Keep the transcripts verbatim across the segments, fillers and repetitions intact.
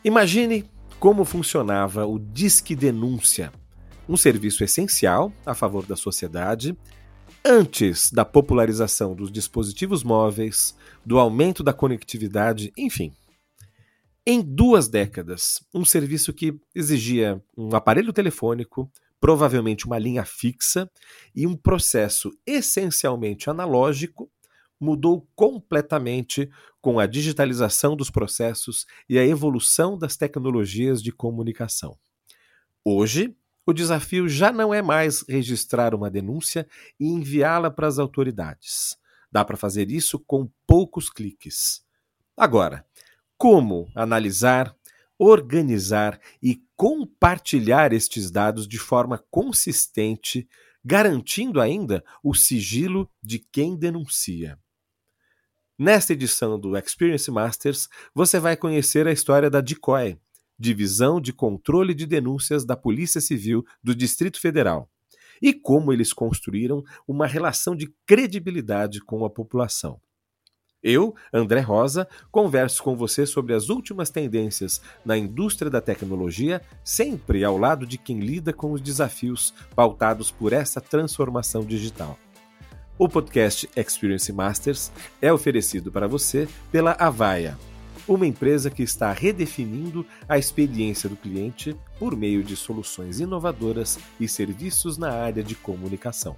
Imagine como funcionava o Disque Denúncia, um serviço essencial a favor da sociedade, antes da popularização dos dispositivos móveis, do aumento da conectividade, enfim. Em duas décadas, um serviço que exigia um aparelho telefônico, provavelmente uma linha fixa, e um processo essencialmente analógico, mudou completamente com a digitalização dos processos e a evolução das tecnologias de comunicação. Hoje, o desafio já não é mais registrar uma denúncia e enviá-la para as autoridades. Dá para fazer isso com poucos cliques. Agora, como analisar, organizar e compartilhar estes dados de forma consistente, garantindo ainda o sigilo de quem denuncia? Nesta edição do Experience Masters, você vai conhecer a história da DICOI, Divisão de Controle de Denúncias da Polícia Civil do Distrito Federal, e como eles construíram uma relação de credibilidade com a população. Eu, André Rosa, converso com você sobre as últimas tendências na indústria da tecnologia, sempre ao lado de quem lida com os desafios pautados por essa transformação digital. O podcast Experience Masters é oferecido para você pela Avaya, uma empresa que está redefinindo a experiência do cliente por meio de soluções inovadoras e serviços na área de comunicação.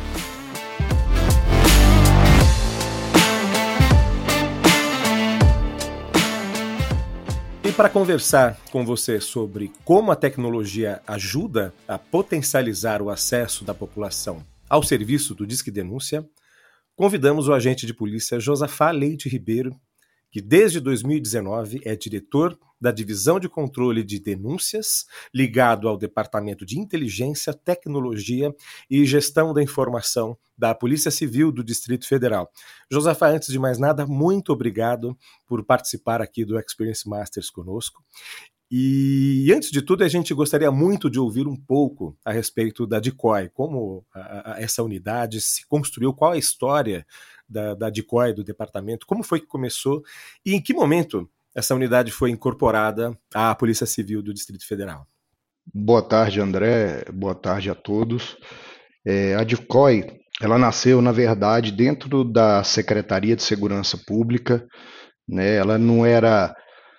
E para conversar com você sobre como a tecnologia ajuda a potencializar o acesso da população ao serviço do Disque Denúncia, convidamos o agente de polícia Josafá Leite Ribeiro, que desde dois mil e dezenove é diretor da Divisão de Controle de Denúncias, ligado ao Departamento de Inteligência, Tecnologia e Gestão da Informação da Polícia Civil do Distrito Federal. Josafá, antes de mais nada, muito obrigado por participar aqui do Experience Masters conosco. E, antes de tudo, a gente gostaria muito de ouvir um pouco a respeito da DICOI, como a, a, essa unidade se construiu, qual a história da, da DICOI, do departamento, como foi que começou e em que momento essa unidade foi incorporada à Polícia Civil do Distrito Federal. Boa tarde, André. Boa tarde a todos. É, a DICOI, ela nasceu, na verdade, dentro da Secretaria de Segurança Pública, né? Ela não era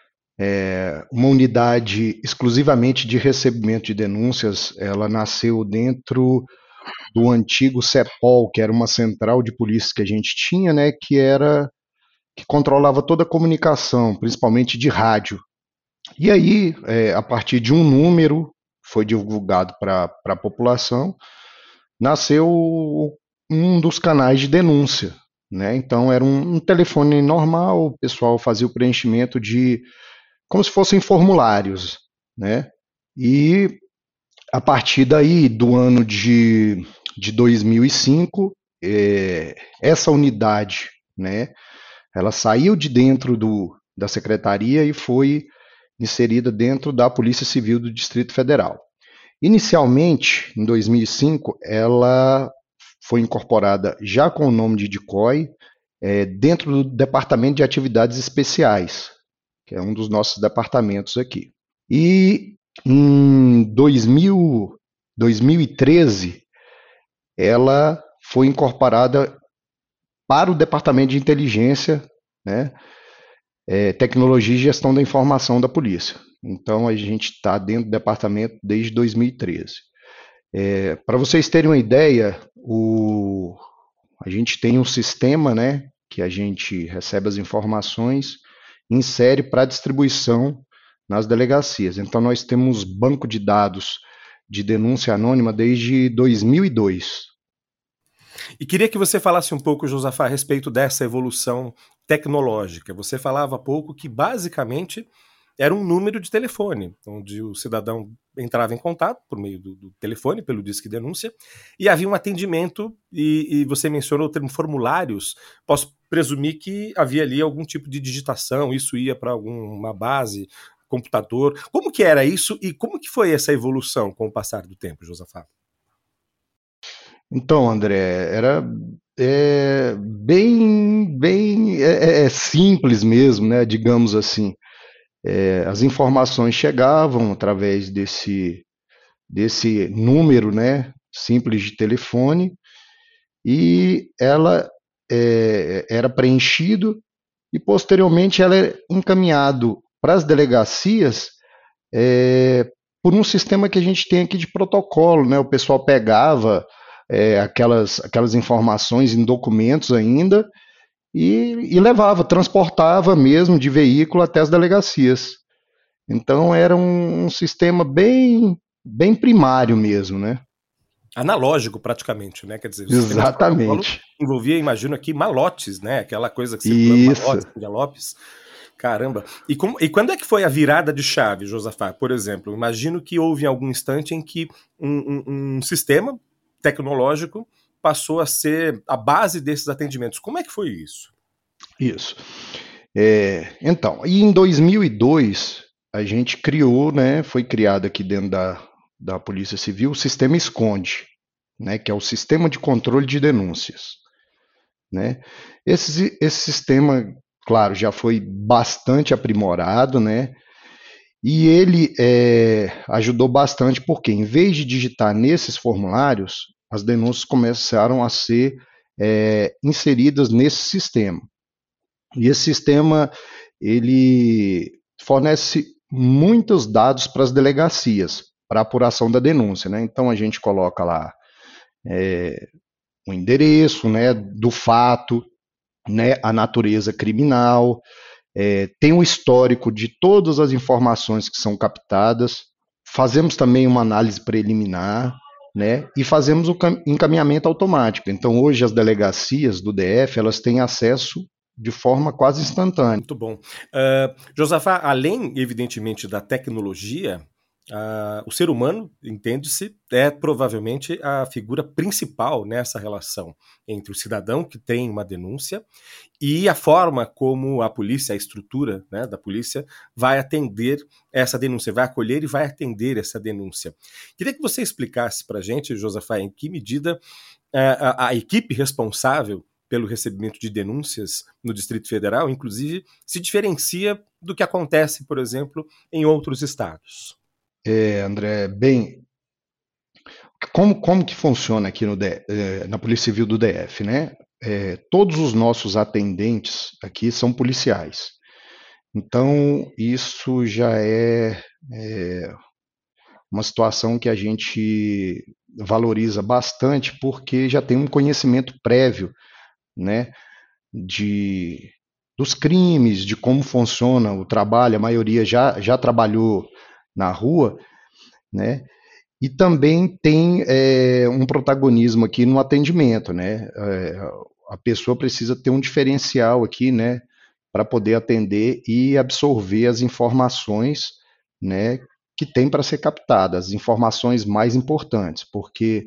é, uma unidade exclusivamente de recebimento de denúncias, ela nasceu dentro do antigo CEPOL, que era uma central de polícia que a gente tinha, né? Que era que controlava toda a comunicação, principalmente de rádio. E aí, é, a partir de um número, foi divulgado para a população, nasceu um dos canais de denúncia, né? Então, era um, um telefone normal, o pessoal fazia o preenchimento de, como se fossem formulários, né? E, a partir daí, do ano de, de dois mil e cinco, é, essa unidade, né? Ela saiu de dentro do, da secretaria e foi inserida dentro da Polícia Civil do Distrito Federal. Inicialmente, em dois mil e cinco, ela foi incorporada já com o nome de DICOI, é, dentro do Departamento de Atividades Especiais, que é um dos nossos departamentos aqui. E em dois mil, dois mil e treze, ela foi incorporada para o Departamento de Inteligência, né, é, Tecnologia e Gestão da Informação da Polícia. Então, a gente está dentro do departamento desde dois mil e treze. É, para vocês terem uma ideia, o, a gente tem um sistema, né, que a gente recebe as informações, insere para distribuição nas delegacias. Então, nós temos banco de dados de denúncia anônima desde dois mil e dois. E queria que você falasse um pouco, Josafá, a respeito dessa evolução tecnológica. Você falava há pouco que, basicamente, era um número de telefone, onde o cidadão entrava em contato por meio do, do telefone, pelo Disque Denúncia, e havia um atendimento, e, e você mencionou o termo formulários. Posso presumir que havia ali algum tipo de digitação, isso ia para alguma base, computador. Como que era isso e como que foi essa evolução com o passar do tempo, Josafá? Então, André, era é, bem, bem é, é simples mesmo, né? Digamos assim. É, as informações chegavam através desse, desse número, né, simples de telefone, e ela é, era preenchido e posteriormente ela é encaminhado para as delegacias é, por um sistema que a gente tem aqui de protocolo, né? O pessoal pegava é, aquelas, aquelas informações em documentos ainda e, e levava, transportava mesmo de veículo até as delegacias. Então era um, um sistema bem, bem primário mesmo, né? Analógico praticamente, né? Quer dizer, o sistema de protocolo Exatamente. envolvia, imagino aqui, malotes, né? Aquela coisa que circulando Isso. malotes, envelopes. Caramba. E, como, e quando é que foi a virada de chave, Josafá? Por exemplo, imagino que houve algum instante em que um, um, um sistema tecnológico passou a ser a base desses atendimentos. Como é que foi isso? Isso. É, então, e em dois mil e dois a gente criou, né, foi criado aqui dentro da, da Polícia Civil o sistema Esconde, né, que é o sistema de controle de denúncias, né? Esse, esse sistema, claro, já foi bastante aprimorado, né? E ele é, ajudou bastante porque, em vez de digitar nesses formulários, as denúncias começaram a ser é, inseridas nesse sistema. E esse sistema ele fornece muitos dados para as delegacias para apuração da denúncia, né? Então a gente coloca lá é, o endereço, né, do fato, né, a natureza criminal, é, tem um histórico de todas as informações que são captadas, fazemos também uma análise preliminar, né, e fazemos o encaminhamento automático. Então, hoje, as delegacias do D F, elas têm acesso de forma quase instantânea. Muito bom. Uh, Josafá, além, evidentemente, da tecnologia, uh, o ser humano, entende-se, é provavelmente a figura principal nessa relação entre o cidadão que tem uma denúncia e a forma como a polícia, a estrutura, né, da polícia, vai atender essa denúncia, vai acolher e vai atender essa denúncia. Queria que você explicasse para a gente, Josafá, em que medida uh, a, a equipe responsável pelo recebimento de denúncias no Distrito Federal, inclusive, se diferencia do que acontece, por exemplo, em outros estados. É, André, bem, como, como que funciona aqui no D, eh, na Polícia Civil do D F, né? É, todos os nossos atendentes aqui são policiais. Então, isso já é, é uma situação que a gente valoriza bastante porque já tem um conhecimento prévio, né, de dos crimes, de como funciona o trabalho, a maioria já, já trabalhou na rua, né, e também tem é, um protagonismo aqui no atendimento, né, é, a pessoa precisa ter um diferencial aqui, né, para poder atender e absorver as informações, né, que tem para ser captadas, as informações mais importantes, porque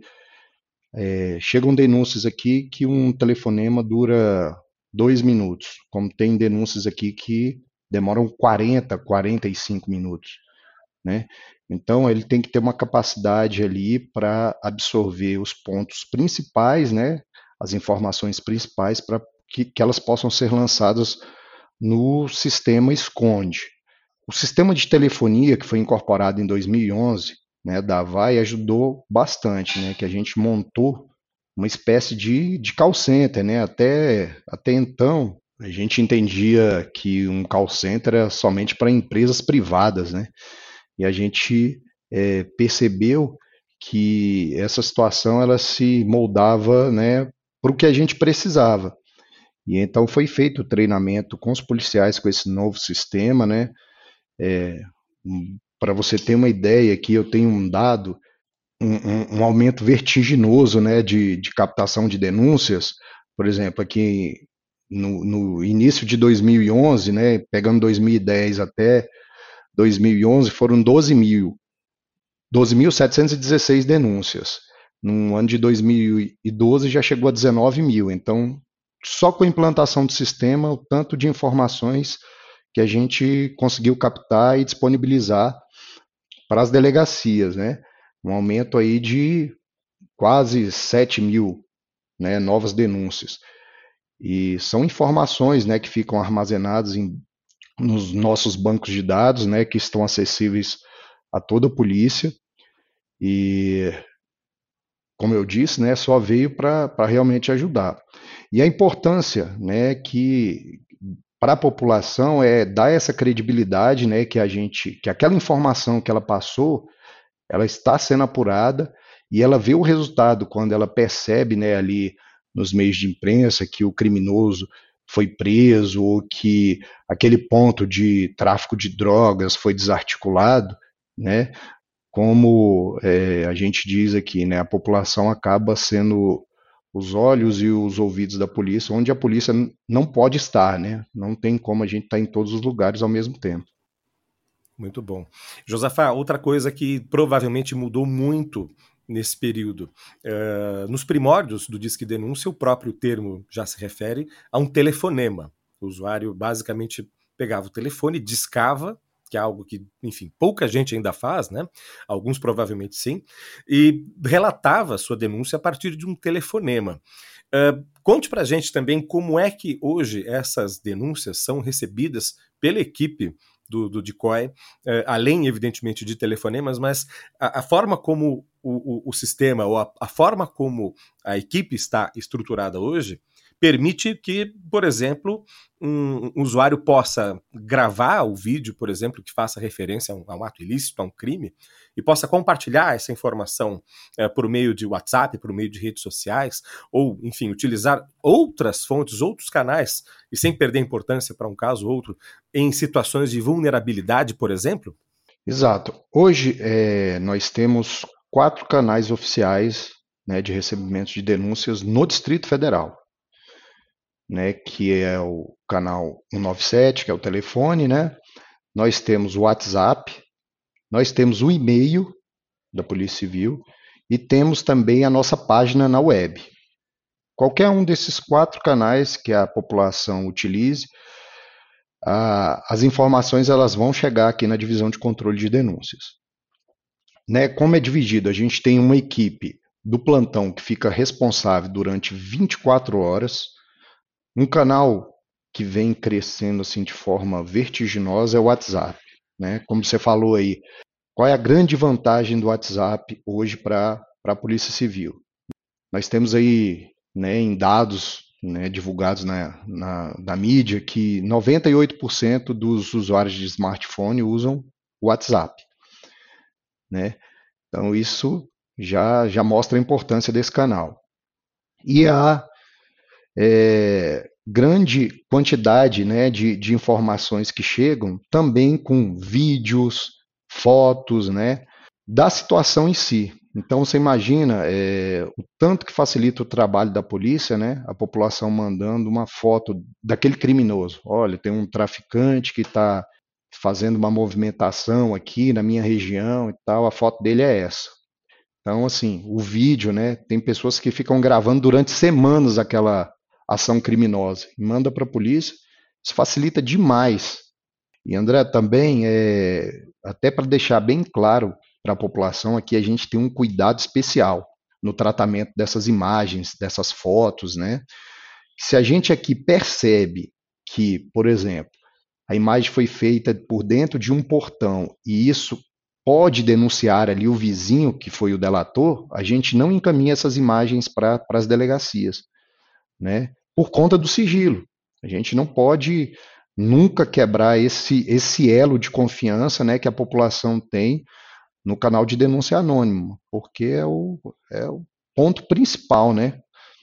é, chegam denúncias aqui que um telefonema dura dois minutos, como tem denúncias aqui que demoram quarenta, quarenta e cinco minutos, né? Então ele tem que ter uma capacidade ali para absorver os pontos principais, né? As informações principais para que, que elas possam ser lançadas no sistema Esconde. O sistema de telefonia que foi incorporado em dois mil e onze, né, da Vai, ajudou bastante, né, que a gente montou uma espécie de, de call center, né, até, até então a gente entendia que um call center era somente para empresas privadas, né, e a gente é, percebeu que essa situação ela se moldava, né, para o que a gente precisava. E então foi feito o treinamento com os policiais com esse novo sistema, né, é, um, para você ter uma ideia, aqui eu tenho um dado, um, um, um aumento vertiginoso, né, de, de captação de denúncias. Por exemplo, aqui no, no início de dois mil e onze, né, pegando dois mil e dez até dois mil e onze, foram doze mil, doze mil setecentas e dezesseis denúncias. No ano de dois mil e doze já chegou a dezenove mil. Então, só com a implantação do sistema, o tanto de informações que a gente conseguiu captar e disponibilizar para as delegacias, né? Um aumento aí de quase sete mil, né, novas denúncias. E são informações, né, que ficam armazenadas em nos nossos bancos de dados, né, que estão acessíveis a toda a polícia. E, como eu disse, né, só veio para realmente ajudar. E a importância, né, que para a população é dar essa credibilidade, né, que a gente, que aquela informação que ela passou, ela está sendo apurada e ela vê o resultado quando ela percebe, né, ali nos meios de imprensa que o criminoso foi preso ou que aquele ponto de tráfico de drogas foi desarticulado, né? Como é, a gente diz aqui, né, a população acaba sendo os olhos e os ouvidos da polícia, onde a polícia não pode estar, né? Não tem como a gente estar em todos os lugares ao mesmo tempo. Muito bom. Josafá, outra coisa que provavelmente mudou muito nesse período. Uh, nos primórdios do Disque Denúncia, o próprio termo já se refere a um telefonema. O usuário basicamente pegava o telefone, discava, que é algo que, enfim, pouca gente ainda faz, né? Alguns provavelmente sim, e relatava sua denúncia a partir de um telefonema. Uh, conte pra gente também como é que hoje essas denúncias são recebidas pela equipe do, do decoy, uh, além, evidentemente, de telefonemas, mas a, a forma como o, o, o sistema, ou a, a forma como a equipe está estruturada hoje, permite que, por exemplo, um, um usuário possa gravar o vídeo, por exemplo, que faça referência a um, a um ato ilícito, a um crime, e possa compartilhar essa informação é, por meio de WhatsApp, por meio de redes sociais, ou, enfim, utilizar outras fontes, outros canais, e sem perder importância para um caso ou outro, em situações de vulnerabilidade, por exemplo? Exato. Hoje é, nós temos quatro canais oficiais, né, de recebimento de denúncias no Distrito Federal. Né, que é o canal cento e noventa e sete, que é o telefone, né? Nós temos o WhatsApp, nós temos o e-mail da Polícia Civil e temos também a nossa página na web. Qualquer um desses quatro canais que a população utilize, a, as informações elas vão chegar aqui na divisão de controle de denúncias. Né, como é dividido, a gente tem uma equipe do plantão que fica responsável durante vinte e quatro horas. Um canal que vem crescendo assim de forma vertiginosa é o WhatsApp, né? Como você falou aí, qual é a grande vantagem do WhatsApp hoje para a Polícia Civil? Nós temos aí, né, em dados, né, divulgados na, na, na mídia que noventa e oito por cento dos usuários de smartphone usam o WhatsApp, né? Então isso já, já mostra a importância desse canal. E a É, grande quantidade, né, de, de informações que chegam, também com vídeos, fotos, né, da situação em si. Então você imagina é, o tanto que facilita o trabalho da polícia, né, a população mandando uma foto daquele criminoso. Olha, tem um traficante que está fazendo uma movimentação aqui na minha região e tal, a foto dele é essa. Então, assim, o vídeo, né, tem pessoas que ficam gravando durante semanas aquela ação criminosa e manda para a polícia, isso facilita demais. E André, também, é, até para deixar bem claro para a população, aqui a gente tem um cuidado especial no tratamento dessas imagens, dessas fotos, né? Se a gente aqui percebe que, por exemplo, a imagem foi feita por dentro de um portão e isso pode denunciar ali o vizinho que foi o delator, a gente não encaminha essas imagens para as delegacias, né? Por conta do sigilo. A gente não pode nunca quebrar esse, esse elo de confiança, né, que a população tem no canal de denúncia anônima, porque é o, é o ponto principal, né?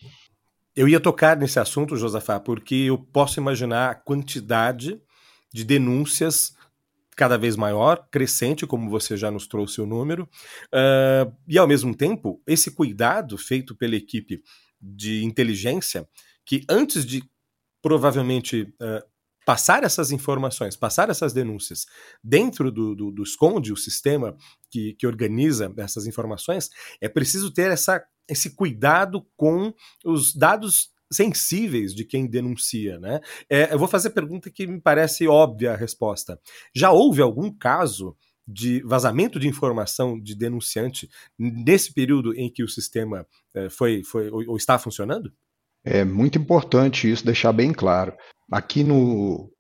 Eu ia tocar nesse assunto, Josafá, porque eu posso imaginar a quantidade de denúncias cada vez maior, crescente, como você já nos trouxe o número, uh, e ao mesmo tempo, esse cuidado feito pela equipe de inteligência, que antes de provavelmente uh, passar essas informações, passar essas denúncias dentro do, do, do esconde, o sistema que, que organiza essas informações, é preciso ter essa, esse cuidado com os dados sensíveis de quem denuncia, né? É, eu vou fazer a pergunta que me parece óbvia a resposta. Já houve algum caso de vazamento de informação de denunciante nesse período em que o sistema é, foi, foi ou, ou está funcionando? É muito importante isso deixar bem claro. Aqui no,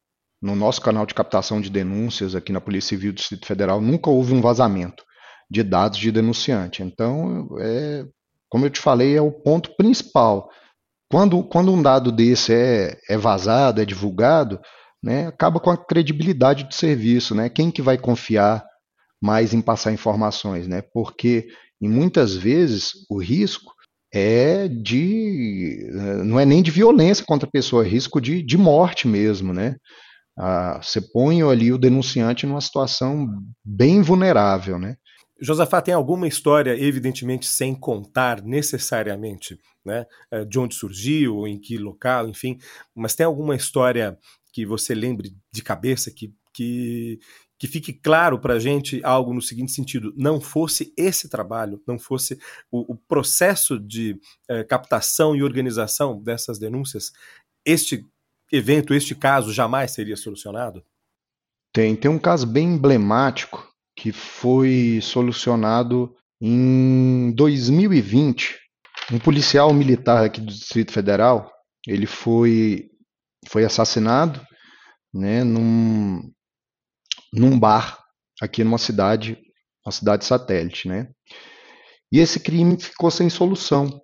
no nosso canal de captação de denúncias aqui na Polícia Civil do Distrito Federal, nunca houve um vazamento de dados de denunciante. Então, é, como eu te falei, é o ponto principal. Quando, quando um dado desse é, é vazado, é divulgado, né, acaba com a credibilidade do serviço, né? Quem que vai confiar mais em passar informações, né? Porque, em muitas vezes, o risco é de... não é nem de violência contra a pessoa, é risco de, de morte mesmo, né? Ah, você põe ali o denunciante numa situação bem vulnerável, né? Josafá, tem alguma história, evidentemente sem contar necessariamente, né, de onde surgiu, em que local, enfim, mas tem alguma história que você lembre de cabeça, que, que, que fique claro para a gente algo no seguinte sentido: não fosse esse trabalho, não fosse o, o processo de eh, captação e organização dessas denúncias, este evento, este caso jamais seria solucionado? Tem, tem um caso bem emblemático que foi solucionado em dois mil e vinte. Um policial militar aqui do Distrito Federal, ele foi, foi assassinado, né, num, num bar aqui numa cidade, uma cidade satélite, né? E esse crime ficou sem solução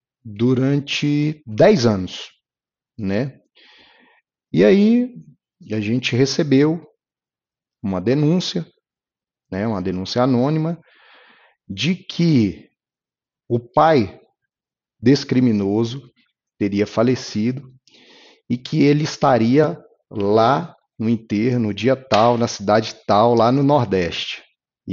durante dez anos, né? E aí a gente recebeu uma denúncia, né, uma denúncia anônima, de que o pai desse criminoso teria falecido e que ele estaria lá no enterro, no dia tal, na cidade tal, lá no Nordeste.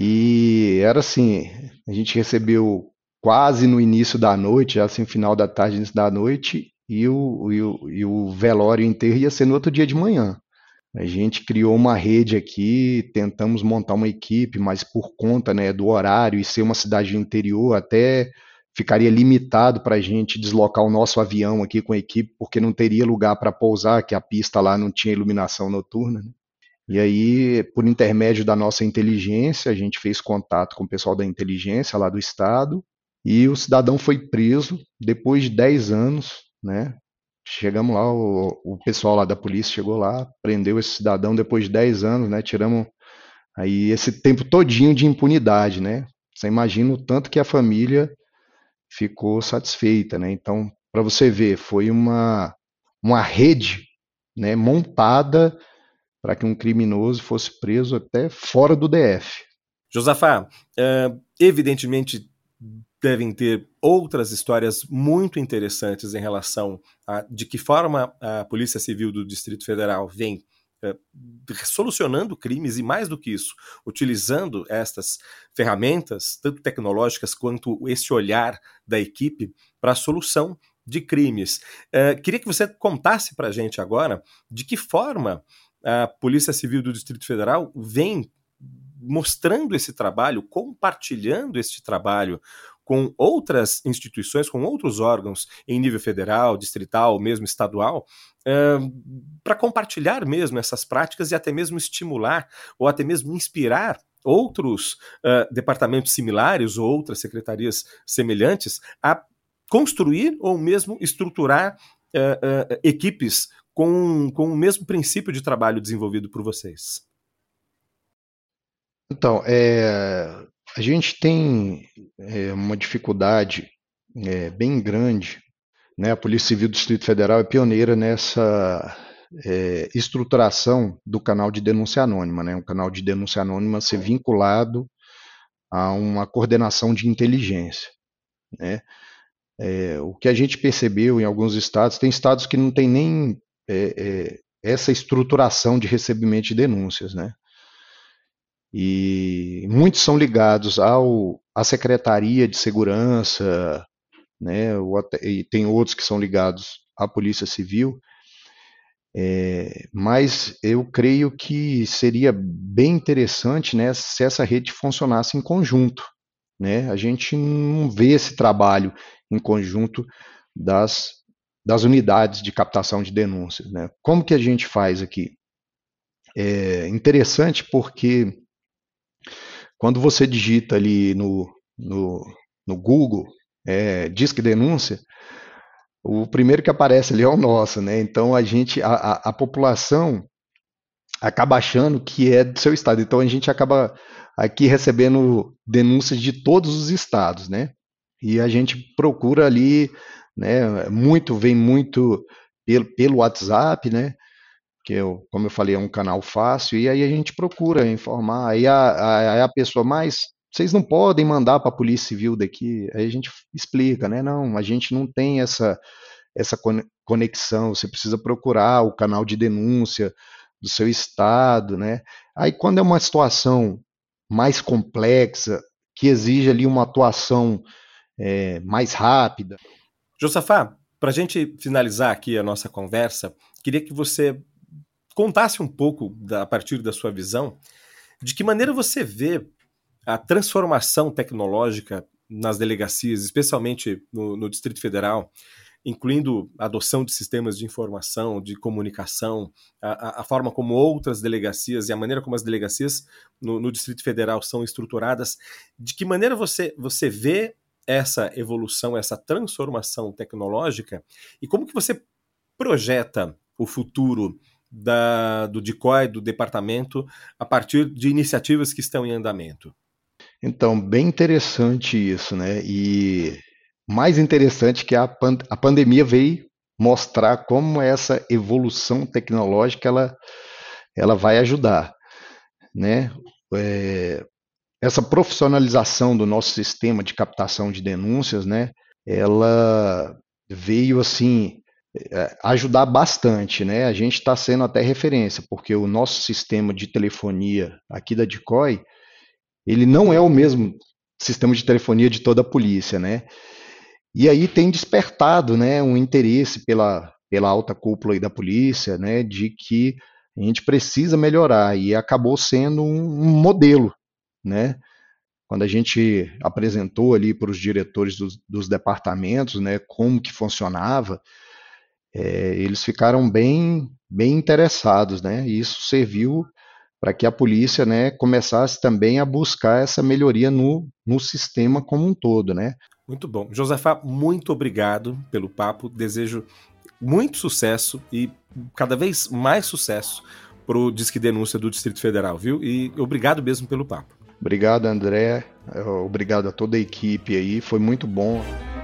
E era assim, a gente recebeu quase no início da noite, já assim, final da tarde, início da noite, e o, e o, e o velório e o enterro ia ser no outro dia de manhã. A gente criou uma rede aqui, tentamos montar uma equipe, mas por conta, né, do horário e ser uma cidade do interior, até ficaria limitado para a gente deslocar o nosso avião aqui com a equipe, porque não teria lugar para pousar, que a pista lá não tinha iluminação noturna, né? E aí, por intermédio da nossa inteligência, a gente fez contato com o pessoal da inteligência lá do estado, e o cidadão foi preso depois de dez anos, né? Chegamos lá, o, o pessoal lá da polícia chegou lá, prendeu esse cidadão depois de dez anos, né? Tiramos aí esse tempo todinho de impunidade, né? Você imagina o tanto que a família ficou satisfeita, né? Então, para você ver, foi uma, uma rede, né, montada para que um criminoso fosse preso até fora do D F. Josafá, uh, evidentemente devem ter outras histórias muito interessantes em relação a de que forma a Polícia Civil do Distrito Federal vem uh, solucionando crimes e, mais do que isso, utilizando estas ferramentas, tanto tecnológicas quanto esse olhar da equipe para a solução de crimes. Uh, queria que você contasse para a gente agora de que forma a Polícia Civil do Distrito Federal vem mostrando esse trabalho, compartilhando este trabalho com outras instituições, com outros órgãos em nível federal, distrital, mesmo estadual, uh, para compartilhar mesmo essas práticas e até mesmo estimular ou até mesmo inspirar outros uh, departamentos similares ou outras secretarias semelhantes a construir ou mesmo estruturar uh, uh, equipes com, com o mesmo princípio de trabalho desenvolvido por vocês. Então, é, a gente tem é, uma dificuldade é, bem grande, né? A Polícia Civil do Distrito Federal é pioneira nessa é, estruturação do canal de denúncia anônima, né? Um canal de denúncia anônima ser vinculado a uma coordenação de inteligência, né? É, o que a gente percebeu em alguns estados, tem estados que não tem nem é, é, essa estruturação de recebimento de denúncias, né? E muitos são ligados ao, à Secretaria de Segurança, né? E tem outros que são ligados à Polícia Civil, é, mas eu creio que seria bem interessante, né, se essa rede funcionasse em conjunto, né? A gente não vê esse trabalho em conjunto das, das unidades de captação de denúncias, né? Como que a gente faz aqui? É interessante porque quando você digita ali no, no, no Google, é, Disque Denúncia, o primeiro que aparece ali é o nosso, né? Então a gente, a, a, a população, acaba achando que é do seu estado. Então a gente acaba aqui recebendo denúncias de todos os estados, né? E a gente procura ali, né? Muito, vem muito pelo, pelo WhatsApp, né? Que eu, como eu falei, é um canal fácil, e aí a gente procura informar. Aí a, a, aí a pessoa, mas vocês não podem mandar para a Polícia Civil daqui. Aí a gente explica, né? Não, a gente não tem essa, essa conexão, você precisa procurar o canal de denúncia do seu estado, né? Aí quando é uma situação mais complexa, que exige ali uma atuação é, mais rápida. Josafá, para a gente finalizar aqui a nossa conversa, queria que você contasse um pouco, da, a partir da sua visão, de que maneira você vê a transformação tecnológica nas delegacias, especialmente no, no Distrito Federal, incluindo a adoção de sistemas de informação, de comunicação, a, a forma como outras delegacias e a maneira como as delegacias no, no Distrito Federal são estruturadas. De que maneira você, você vê essa evolução, essa transformação tecnológica, e como que você projeta o futuro da, do D I C O I, do departamento, a partir de iniciativas que estão em andamento? Então, bem interessante isso, né? E mais interessante que a, pan a pandemia veio mostrar como essa evolução tecnológica ela, ela vai ajudar, né? É, essa profissionalização do nosso sistema de captação de denúncias, né? Ela veio assim ajudar bastante, né? A gente está sendo até referência, porque o nosso sistema de telefonia aqui da D I C O I, ele não é o mesmo sistema de telefonia de toda a polícia, né? E aí tem despertado, né, um interesse pela, pela alta cúpula aí da polícia, né, de que a gente precisa melhorar, e acabou sendo um, um modelo, né? Quando a gente apresentou ali para os diretores dos, dos departamentos, né, como que funcionava, é, eles ficaram bem, bem interessados, né? E isso serviu para que a polícia, né, começasse também a buscar essa melhoria no, no sistema como um todo, né? Muito bom. Josafá, muito obrigado pelo papo. Desejo muito sucesso e cada vez mais sucesso para o Disque Denúncia do Distrito Federal, viu? E obrigado mesmo pelo papo. Obrigado, André. Obrigado a toda a equipe aí. Foi muito bom.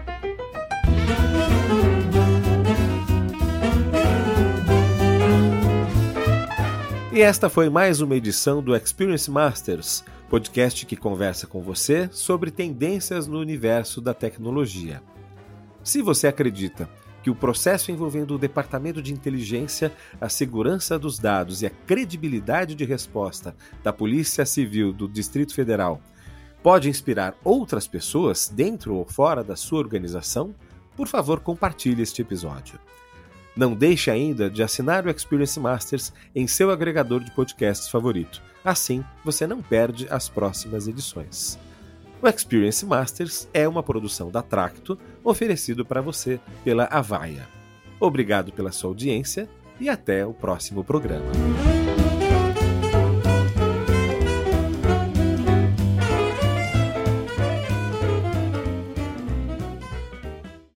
E esta foi mais uma edição do Experience Masters, podcast que conversa com você sobre tendências no universo da tecnologia. Se você acredita que o processo envolvendo o Departamento de Inteligência, a segurança dos dados e a credibilidade de resposta da Polícia Civil do Distrito Federal pode inspirar outras pessoas dentro ou fora da sua organização, por favor, compartilhe este episódio. Não deixe ainda de assinar o Experience Masters em seu agregador de podcasts favorito. Assim, você não perde as próximas edições. O Experience Masters é uma produção da Tracto, oferecido para você pela Avaya. Obrigado pela sua audiência e até o próximo programa.